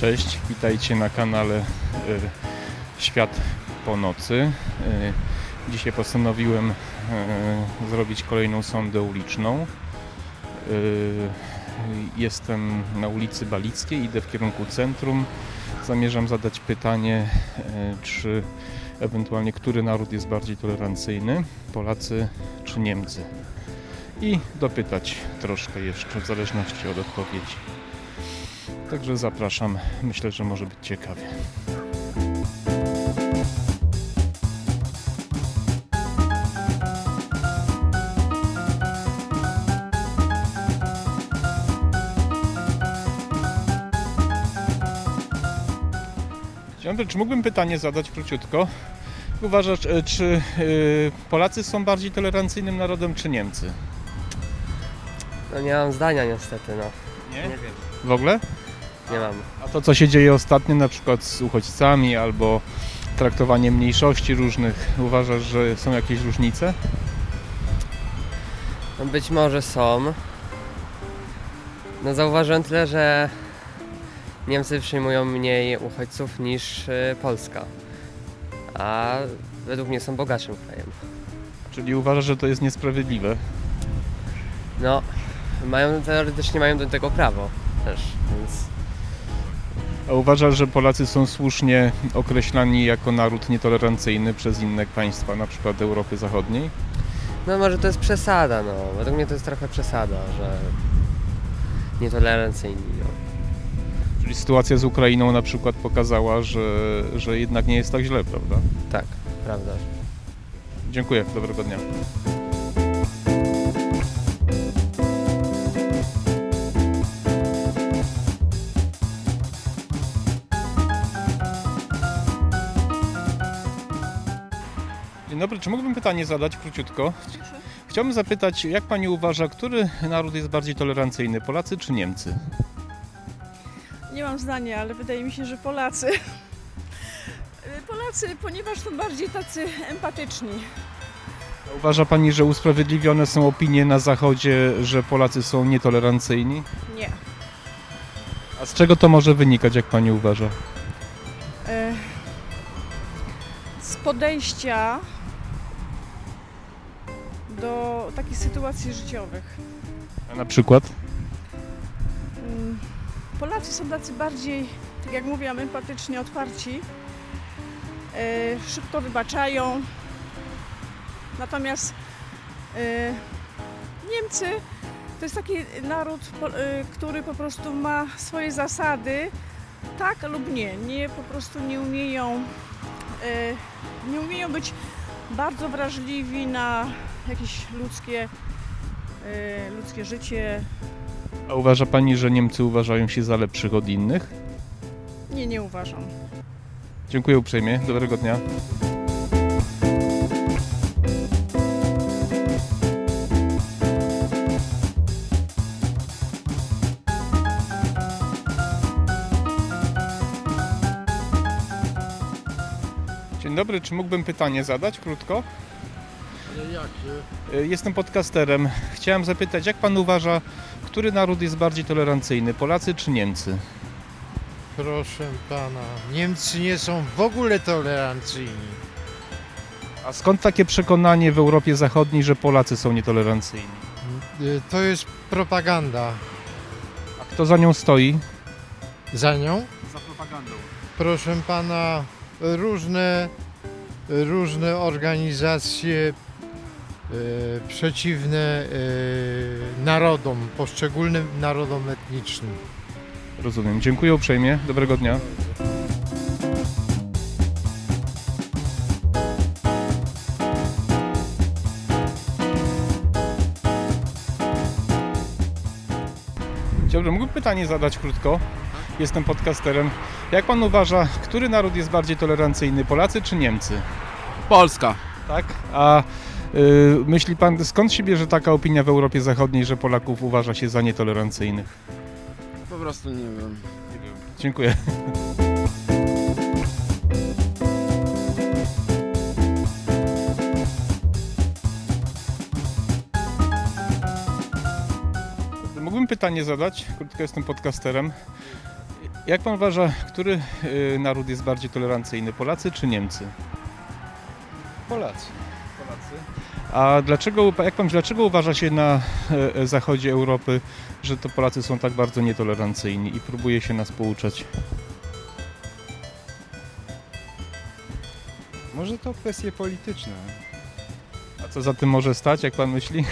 Cześć, witajcie na kanale Świat po nocy. Dzisiaj postanowiłem zrobić kolejną sondę uliczną. Jestem na ulicy Balickiej, idę w kierunku centrum. Zamierzam zadać pytanie, czy ewentualnie który naród jest bardziej tolerancyjny, Polacy czy Niemcy. I dopytać troszkę jeszcze, w zależności od odpowiedzi. Także zapraszam, myślę, że może być ciekawie. Dzień dobry, czy mógłbym pytanie zadać króciutko? Uważasz, czy Polacy są bardziej tolerancyjnym narodem, czy Niemcy? No nie mam zdania niestety, no. Nie? Nie wiem. W ogóle? Nie mam. A to, co się dzieje ostatnio, na przykład z uchodźcami albo traktowanie mniejszości różnych, uważasz, że są jakieś różnice? No być może są. No zauważyłem tyle, że Niemcy przyjmują mniej uchodźców niż Polska. A według mnie są bogatszym krajem. Czyli uważasz, że to jest niesprawiedliwe? No, teoretycznie mają do tego prawo też, więc... A uważasz, że Polacy są słusznie określani jako naród nietolerancyjny przez inne państwa, na przykład Europy Zachodniej? No może to jest przesada, no. Według mnie to jest trochę przesada, że nietolerancyjni, no. Czyli sytuacja z Ukrainą na przykład pokazała, że jednak nie jest tak źle, prawda? Tak, prawda. Dziękuję, dobrego dnia. Dzień dobry, czy mógłbym pytanie zadać króciutko? Chciałbym zapytać, jak pani uważa, który naród jest bardziej tolerancyjny, Polacy czy Niemcy? Nie mam zdania, ale wydaje mi się, że Polacy. Polacy, ponieważ są bardziej tacy empatyczni. A uważa pani, że usprawiedliwione są opinie na Zachodzie, że Polacy są nietolerancyjni? Nie. A z czego to może wynikać, jak pani uważa? Z podejścia do takich sytuacji życiowych. A na przykład? Polacy są tacy bardziej, tak jak mówiłam, empatycznie otwarci. Szybko wybaczają. Natomiast Niemcy to jest taki naród, który po prostu ma swoje zasady, tak lub nie. Po prostu nie umieją być bardzo wrażliwi na jakieś ludzkie życie. A uważa pani, że Niemcy uważają się za lepszych od innych? Nie uważam. Dziękuję uprzejmie, dobrego dnia. Dzień dobry, czy mógłbym pytanie zadać krótko? Ale jakie? Jestem podcasterem. Chciałem zapytać, jak pan uważa, który naród jest bardziej tolerancyjny, Polacy czy Niemcy? Proszę pana, Niemcy nie są w ogóle tolerancyjni. A skąd takie przekonanie w Europie Zachodniej, że Polacy są nietolerancyjni? To jest propaganda. A kto za nią stoi? Za nią? Za propagandą. Proszę pana, różne organizacje przeciwne narodom, poszczególnym narodom etnicznym. Rozumiem. Dziękuję uprzejmie. Dobrego dnia. Dzień dobry, mógłbym pytanie zadać krótko? Jestem podcasterem. Jak pan uważa, który naród jest bardziej tolerancyjny, Polacy czy Niemcy? Polska. Tak? A myśli pan, skąd się bierze taka opinia w Europie Zachodniej, że Polaków uważa się za nietolerancyjnych? Po prostu nie wiem. Dziękuję. Mógłbym pytanie zadać? Krótko, jestem podcasterem. Jak pan uważa, który naród jest bardziej tolerancyjny, Polacy czy Niemcy? Polacy. A dlaczego uważa się na zachodzie Europy, że to Polacy są tak bardzo nietolerancyjni i próbuje się nas pouczać? Może to kwestie polityczne. A co za tym może stać, jak pan myśli?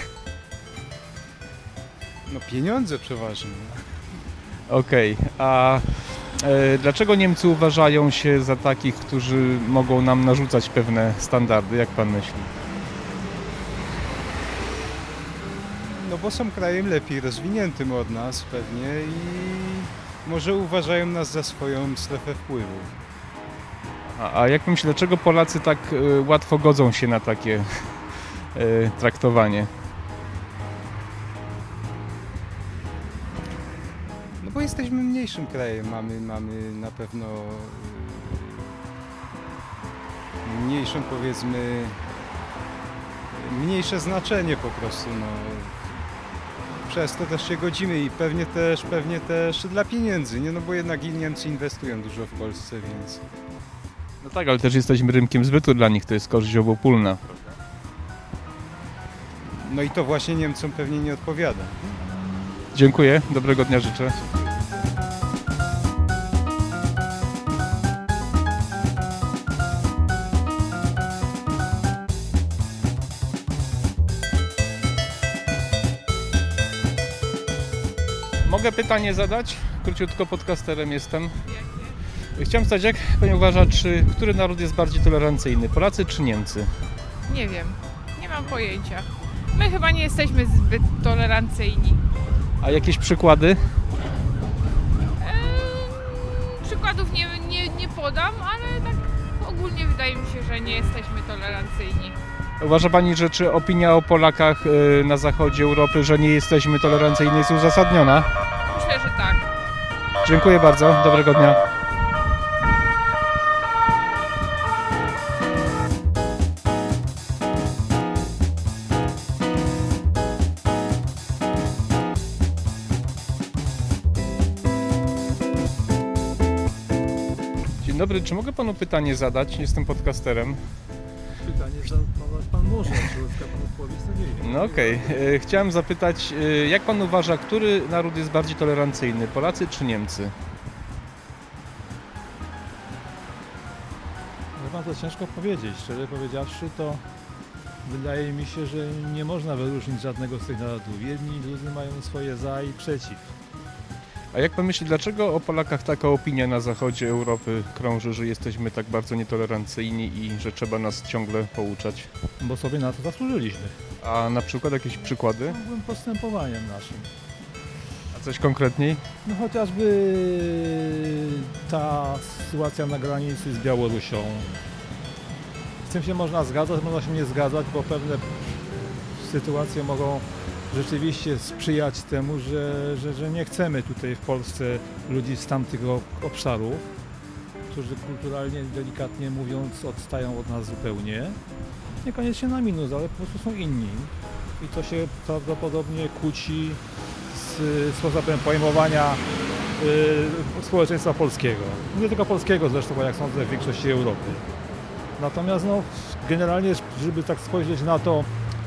No pieniądze przeważnie. Okej, a dlaczego Niemcy uważają się za takich, którzy mogą nam narzucać pewne standardy, jak pan myśli? No bo są krajem lepiej rozwiniętym od nas pewnie i może uważają nas za swoją strefę wpływu. A jak myśli, dlaczego Polacy tak łatwo godzą się na takie traktowanie? No bo jesteśmy mniejszym krajem, mamy na pewno mniejszą, powiedzmy, mniejsze znaczenie po prostu, no. Przez to też się godzimy i pewnie też dla pieniędzy, nie? No bo jednak Niemcy inwestują dużo w Polsce, więc... No tak, ale też jesteśmy rynkiem zbytu dla nich, to jest korzyść obopólna. No i to właśnie Niemcom pewnie nie odpowiada. Dziękuję, dobrego dnia życzę. Mogę pytanie zadać? Króciutko, podcasterem jestem. Chciałem zapytać, jak pani uważa, który naród jest bardziej tolerancyjny, Polacy czy Niemcy? Nie wiem, nie mam pojęcia. My chyba nie jesteśmy zbyt tolerancyjni. A jakieś przykłady? Przykładów nie podam, ale tak ogólnie wydaje mi się, że nie jesteśmy tolerancyjni. Uważa pani, że czy opinia o Polakach na zachodzie Europy, że nie jesteśmy tolerancyjni, jest uzasadniona? Myślę, że tak. Dziękuję bardzo, dobrego dnia. Dzień dobry, czy mogę panu pytanie zadać? Jestem podcasterem. Pytanie pan może, czy uzyska pan odpowiedź, to nie wiem. No okej. Chciałem zapytać, jak pan uważa, który naród jest bardziej tolerancyjny, Polacy czy Niemcy? Chyba to ciężko powiedzieć. Szczerze powiedziawszy, to wydaje mi się, że nie można wyróżnić żadnego z tych narodów. Jedni ludzie mają swoje za i przeciw. A jak pan myśli, dlaczego o Polakach taka opinia na zachodzie Europy krąży, że jesteśmy tak bardzo nietolerancyjni i że trzeba nas ciągle pouczać? Bo sobie na to zasłużyliśmy. A na przykład jakieś przykłady? Ciągłym postępowaniem naszym. A coś konkretniej? No chociażby ta sytuacja na granicy z Białorusią. Z tym się można zgadzać, można się nie zgadzać, bo pewne sytuacje mogą rzeczywiście sprzyjać temu, że nie chcemy tutaj w Polsce ludzi z tamtych obszarów, którzy kulturalnie, delikatnie mówiąc, odstają od nas zupełnie. Niekoniecznie na minus, ale po prostu są inni. I to się prawdopodobnie kłóci z sposobem pojmowania społeczeństwa polskiego. Nie tylko polskiego zresztą, bo jak sądzę w większości Europy. Natomiast no, generalnie, żeby tak spojrzeć na to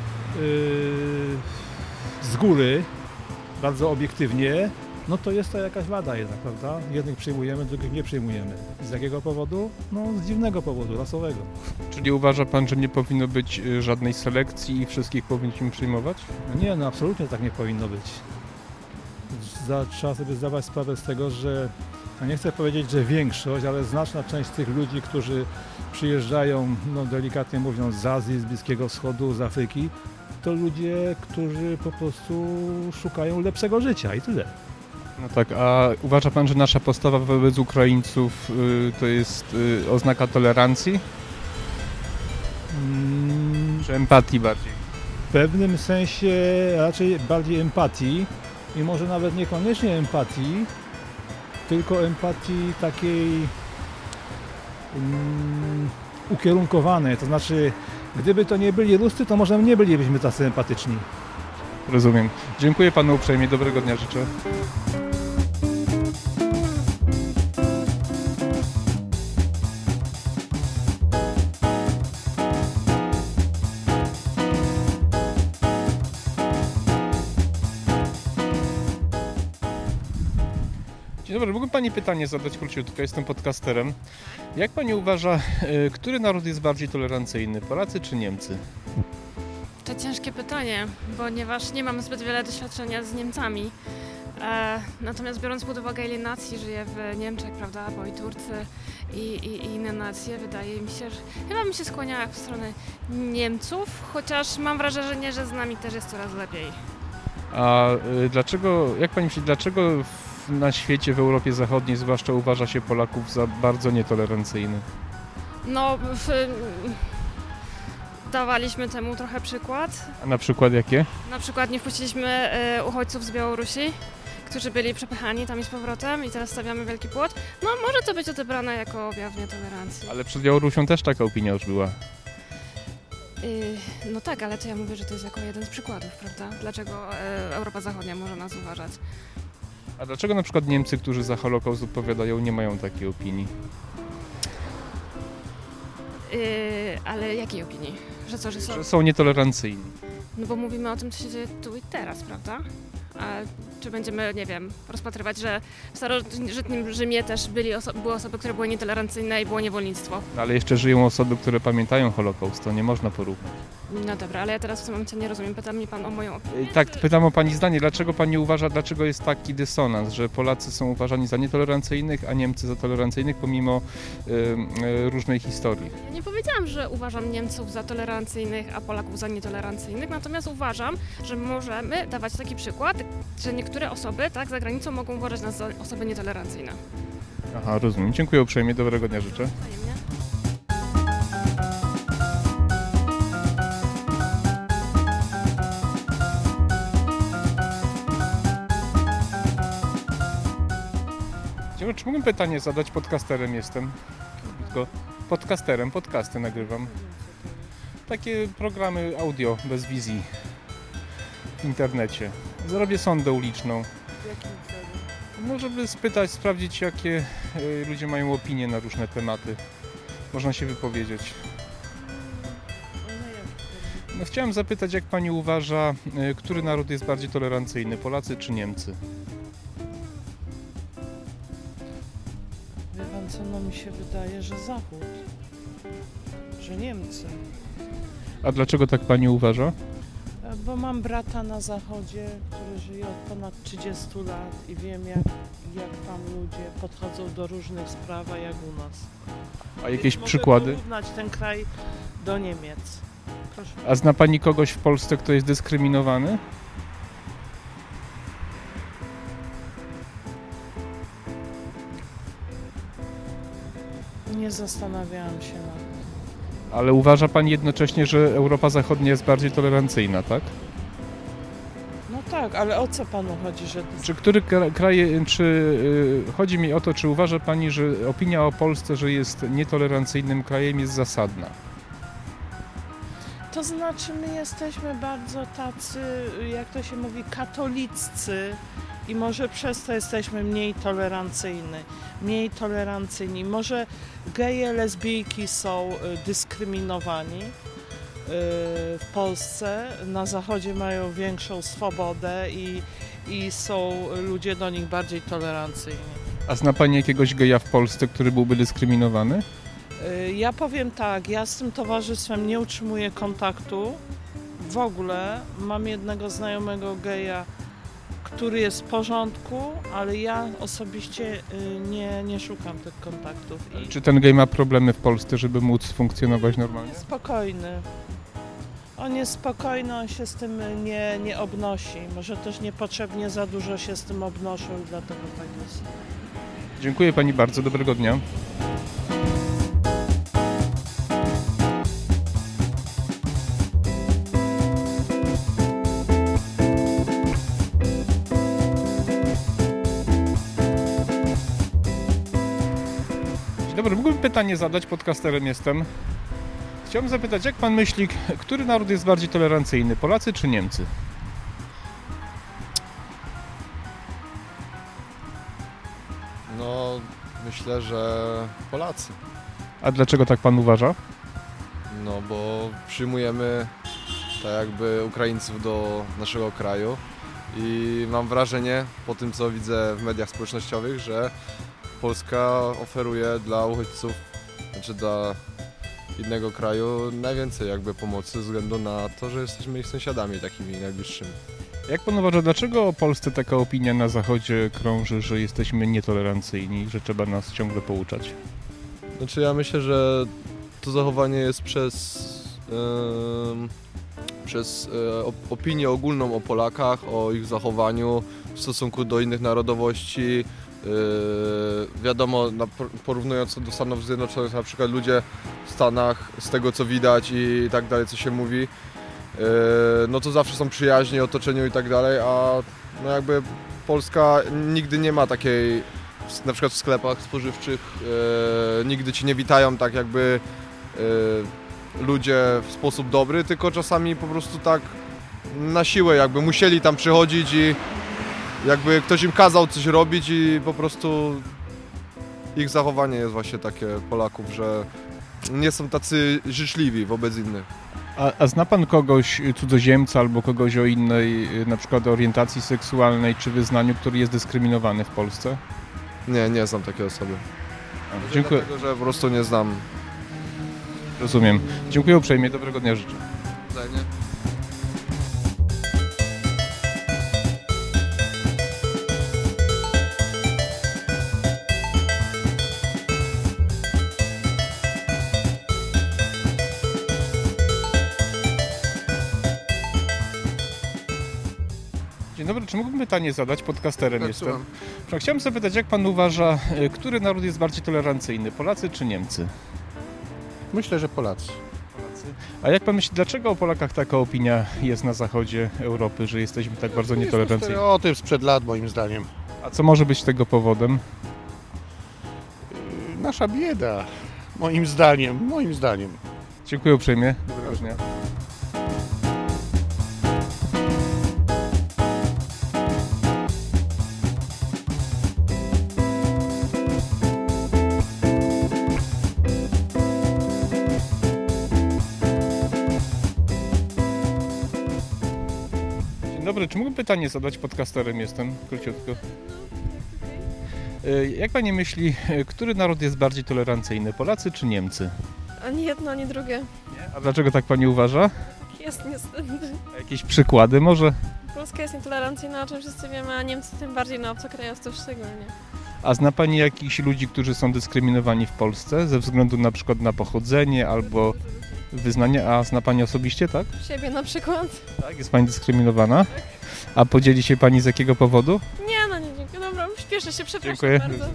z góry, bardzo obiektywnie, no to jest to jakaś wada jednak, prawda? Jednych przyjmujemy, drugich nie przyjmujemy. Z jakiego powodu? No z dziwnego powodu, rasowego. Czyli uważa pan, że nie powinno być żadnej selekcji i wszystkich powinniśmy przyjmować? No nie, no absolutnie tak nie powinno być. Trzeba sobie zdawać sprawę z tego, że ja nie chcę powiedzieć, że większość, ale znaczna część tych ludzi, którzy przyjeżdżają, no delikatnie mówiąc, z Azji, z Bliskiego Wschodu, z Afryki, to ludzie, którzy po prostu szukają lepszego życia i tyle. No tak, a uważa pan, że nasza postawa wobec Ukraińców to jest oznaka tolerancji? Czy empatii bardziej? W pewnym sensie raczej bardziej empatii i może nawet niekoniecznie empatii, tylko empatii takiej ukierunkowanej, to znaczy gdyby to nie byli Ruscy, to może nie bylibyśmy tacy empatyczni. Rozumiem. Dziękuję panu uprzejmie, dobrego dnia życzę. Dzień dobry, mógłbym Pani pytanie zadać króciutko, jestem podcasterem. Jak Pani uważa, który naród jest bardziej tolerancyjny, Polacy czy Niemcy? To ciężkie pytanie, ponieważ nie mam zbyt wiele doświadczenia z Niemcami. Natomiast biorąc pod uwagę, ile nacji żyje w Niemczech, prawda, bo i Turcy i inne nacje, wydaje mi się, że chyba bym się skłaniała w stronę Niemców, chociaż mam wrażenie, że z nami też jest coraz lepiej. A dlaczego, jak Pani myśli, dlaczego na świecie, w Europie Zachodniej zwłaszcza uważa się Polaków za bardzo nietolerancyjnych? No, dawaliśmy temu trochę przykład. A na przykład jakie? Na przykład nie wpuściliśmy uchodźców z Białorusi, którzy byli przepychani tam i z powrotem i teraz stawiamy wielki płot. No, może to być odebrane jako objaw nietolerancji. Ale przed Białorusią też taka opinia już była. No tak, ale to ja mówię, że to jest jako jeden z przykładów, prawda? Dlaczego Europa Zachodnia może nas uważać? A dlaczego na przykład Niemcy, którzy za Holokaust odpowiadają, nie mają takiej opinii? Ale jakiej opinii? Że co, że są... Że są nietolerancyjni. No bo mówimy o tym, co się dzieje tu i teraz, prawda? A czy będziemy, nie wiem, rozpatrywać, że w starożytnym Rzymie też były osoby, które były nietolerancyjne i było niewolnictwo? No, ale jeszcze żyją osoby, które pamiętają Holokaust, to nie można porównać. No dobra, ale ja teraz w tym momencie nie rozumiem. Pyta mnie Pan o moją opinię? Tak, pytam o Pani zdanie. Dlaczego Pani uważa, dlaczego jest taki dysonans, że Polacy są uważani za nietolerancyjnych, a Niemcy za tolerancyjnych pomimo różnej historii? Ja nie powiedziałam, że uważam Niemców za tolerancyjnych, a Polaków za nietolerancyjnych, natomiast uważam, że możemy dawać taki przykład, że niektóre osoby tak za granicą mogą uważać nas za osoby nietolerancyjne. Aha, rozumiem. Dziękuję uprzejmie. Dobrego dnia życzę. Wzajemnie. Czy mógłbym pytanie zadać? Podcasterem jestem. Tylko podcasterem, podcasty nagrywam. Takie programy audio bez wizji w internecie. Zrobię sondę uliczną. W jakim celu? No, żeby spytać, sprawdzić, jakie ludzie mają opinie na różne tematy. Można się wypowiedzieć. No, chciałem zapytać, jak Pani uważa, który naród jest bardziej tolerancyjny, Polacy czy Niemcy? Wie pan co, no mi się wydaje, że Zachód, że Niemcy. A dlaczego tak Pani uważa? Bo mam brata na Zachodzie, który żyje od ponad 30 lat i wiem jak tam ludzie podchodzą do różnych spraw, a jak u nas. A jakieś Mogę przykłady? porównać ten kraj do Niemiec. Proszę. A zna Pani kogoś w Polsce, kto jest dyskryminowany? Nie zastanawiałam się nad tym. Ale uważa Pani jednocześnie, że Europa Zachodnia jest bardziej tolerancyjna, tak? No tak, ale o co panu chodzi, że... Czy który kraj, chodzi mi o to, czy uważa Pani, że opinia o Polsce, że jest nietolerancyjnym krajem, jest zasadna? To znaczy my jesteśmy bardzo tacy, jak to się mówi, katoliccy i może przez to jesteśmy mniej tolerancyjni. Może geje, lesbijki są dyskryminowani w Polsce, na Zachodzie mają większą swobodę i są ludzie do nich bardziej tolerancyjni. A zna Pani jakiegoś geja w Polsce, który byłby dyskryminowany? Ja powiem tak, ja z tym towarzystwem nie utrzymuję kontaktu. W ogóle mam jednego znajomego geja, który jest w porządku, ale ja osobiście nie szukam tych kontaktów. Czy ten gej ma problemy w Polsce, żeby móc funkcjonować normalnie? Spokojny. On jest spokojny, on się z tym nie obnosi. Może też niepotrzebnie za dużo się z tym obnoszą i dlatego tak jest. Dziękuję Pani bardzo, dobrego dnia. Dobry, mógłbym pytanie zadać, podcasterem jestem. Chciałbym zapytać, jak Pan myśli, który naród jest bardziej tolerancyjny, Polacy czy Niemcy? No, myślę, że Polacy. A dlaczego tak Pan uważa? No, bo przyjmujemy tak jakby Ukraińców do naszego kraju I mam wrażenie, po tym co widzę w mediach społecznościowych, że Polska oferuje dla uchodźców, znaczy dla innego kraju najwięcej jakby pomocy ze względu na to, że jesteśmy ich sąsiadami takimi najbliższymi. Jak pan uważa, dlaczego o Polsce taka opinia na Zachodzie krąży, że jesteśmy nietolerancyjni, że trzeba nas ciągle pouczać? Znaczy ja myślę, że to zachowanie jest przez opinię ogólną o Polakach, o ich zachowaniu w stosunku do innych narodowości. Wiadomo, porównując to do Stanów Zjednoczonych, na przykład ludzie w Stanach, z tego co widać i tak dalej, co się mówi, no to zawsze są przyjaźni, otoczeniu i tak dalej, a no jakby Polska nigdy nie ma takiej, na przykład w sklepach spożywczych, nigdy ci nie witają tak jakby ludzie w sposób dobry, tylko czasami po prostu tak na siłę jakby musieli tam przychodzić i jakby ktoś im kazał coś robić i po prostu ich zachowanie jest właśnie takie Polaków, że nie są tacy życzliwi wobec innych. A zna pan kogoś, cudzoziemca albo kogoś o innej, na przykład orientacji seksualnej czy wyznaniu, który jest dyskryminowany w Polsce? Nie znam takiej osoby. Dziękuję. Dlatego, że po prostu nie znam. Rozumiem. Dziękuję uprzejmie, dobrego dnia życzę. Wzajemnie. Dzień dobry, czy mógłbym pytanie zadać? Podcasterem jestem. Chciałem zapytać, jak pan uważa, który naród jest bardziej tolerancyjny, Polacy czy Niemcy? Myślę, że Polacy. A jak pan myśli, dlaczego o Polakach taka opinia jest na zachodzie Europy, że jesteśmy tak bardzo nietolerancyjni? To stereotyp sprzed lat, moim zdaniem. A co może być tego powodem? Nasza bieda, moim zdaniem. Dziękuję uprzejmie. Dobrego dnia. Dobry, czy mógłbym pytanie zadać? Podcasterem jestem, króciutko. Jak pani myśli, który naród jest bardziej tolerancyjny, Polacy czy Niemcy? Ani jedno, ani drugie. A dlaczego tak pani uważa? Jest niestety. A jakieś przykłady może? Polska jest nietolerancyjna, o czym wszyscy wiemy, a Niemcy tym bardziej na obcokrajowców szczególnie. A zna pani jakichś ludzi, którzy są dyskryminowani w Polsce ze względu na przykład na pochodzenie albo wyznanie? A zna pani osobiście, tak? Siebie na przykład. Tak, jest pani dyskryminowana? A podzieli się pani z jakiego powodu? Nie, dziękuję. Dobra, śpieszę się, przepraszam Dziękuję bardzo.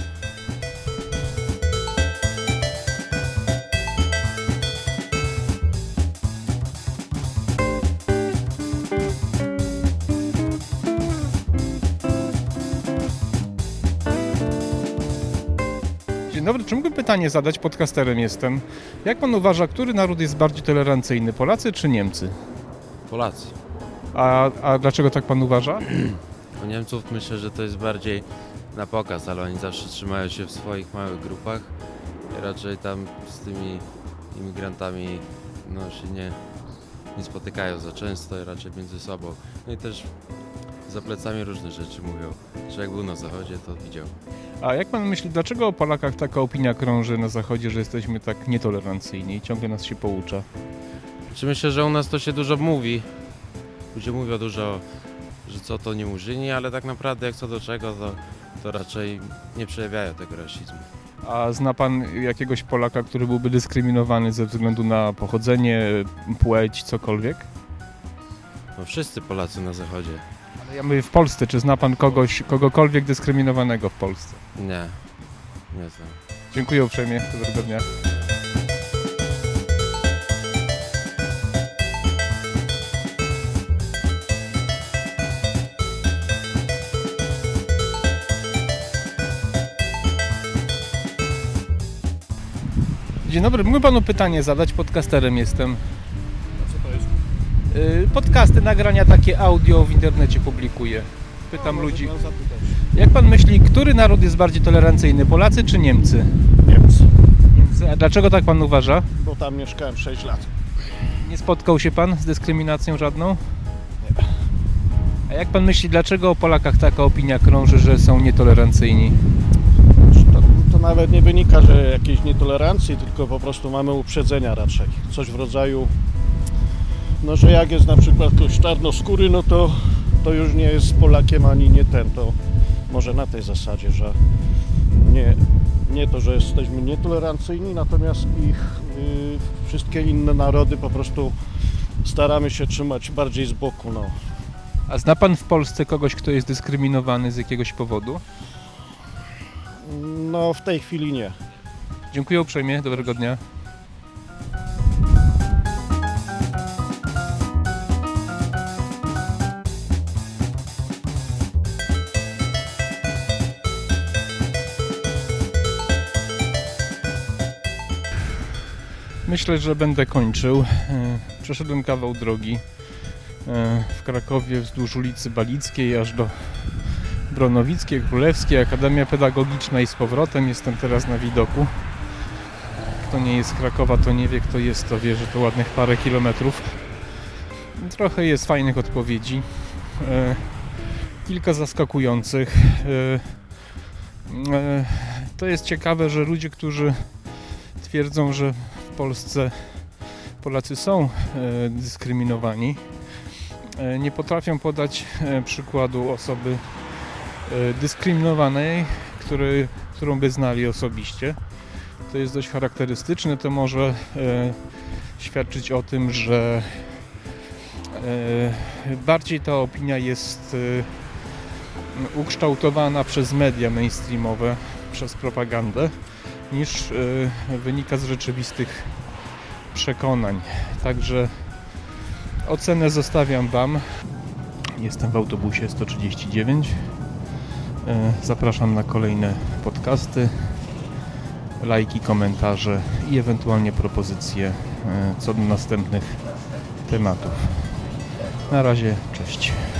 Dzień dobry, czy mógłbym pytanie zadać? Podcasterem jestem. Jak pan uważa, który naród jest bardziej tolerancyjny, Polacy czy Niemcy? Polacy. A dlaczego tak pan uważa? U Niemców myślę, że to jest bardziej na pokaz, ale oni zawsze trzymają się w swoich małych grupach i raczej tam z tymi imigrantami się nie spotykają za często i raczej między sobą. No i też za plecami różne rzeczy mówią, że jak był na zachodzie, to widział. A jak pan myśli, dlaczego o Polakach taka opinia krąży na zachodzie, że jesteśmy tak nietolerancyjni i ciągle nas się poucza? Myślę, że u nas to się dużo mówi. Ludzie mówią dużo, że co to nie murzyni, ale tak naprawdę jak co do czego, to raczej nie przejawiają tego rasizmu. A zna pan jakiegoś Polaka, który byłby dyskryminowany ze względu na pochodzenie, płeć, cokolwiek? No wszyscy Polacy na zachodzie. Ale ja mówię w Polsce, czy zna pan kogokolwiek dyskryminowanego w Polsce? Nie znam. Dziękuję uprzejmie, dobrego dnia. Dzień dobry, mógłbym panu pytanie zadać? Podcasterem jestem. A co to jest? Podcasty, nagrania takie audio w internecie publikuję. Pytam ludzi. Jak pan myśli, który naród jest bardziej tolerancyjny, Polacy czy Niemcy? Niemcy. A dlaczego tak pan uważa? Bo tam mieszkałem 6 lat. Nie spotkał się pan z dyskryminacją żadną? Nie. A jak pan myśli, dlaczego o Polakach taka opinia krąży, że są nietolerancyjni? To nawet nie wynika, że jakiejś nietolerancji, tylko po prostu mamy uprzedzenia raczej. Coś w rodzaju, no że jak jest na przykład ktoś czarnoskóry, no to już nie jest Polakiem ani nie ten, to może na tej zasadzie, że nie to, że jesteśmy nietolerancyjni, natomiast wszystkie inne narody po prostu staramy się trzymać bardziej z boku. No. A zna pan w Polsce kogoś, kto jest dyskryminowany z jakiegoś powodu? No w tej chwili nie. Dziękuję uprzejmie, dobrego dnia. Myślę, że będę kończył. Przeszedłem kawał drogi w Krakowie wzdłuż ulicy Balickiej aż do Bronowickiej, Królewskiej, Akademia Pedagogiczna i z powrotem. Jestem teraz na widoku. Kto nie jest z Krakowa, to nie wie, kto jest, to wie, że to ładnych parę kilometrów. Trochę jest fajnych odpowiedzi. Kilka zaskakujących. To jest ciekawe, że ludzie, którzy twierdzą, że w Polsce Polacy są dyskryminowani, nie potrafią podać przykładu osoby dyskryminowanej, którą by znali osobiście. To jest dość charakterystyczne, to może świadczyć o tym, że bardziej ta opinia jest ukształtowana przez media mainstreamowe, przez propagandę, niż wynika z rzeczywistych przekonań. Także ocenę zostawiam Wam. Jestem w autobusie 139. Zapraszam na kolejne podcasty, lajki, komentarze i ewentualnie propozycje co do następnych tematów. Na razie, cześć.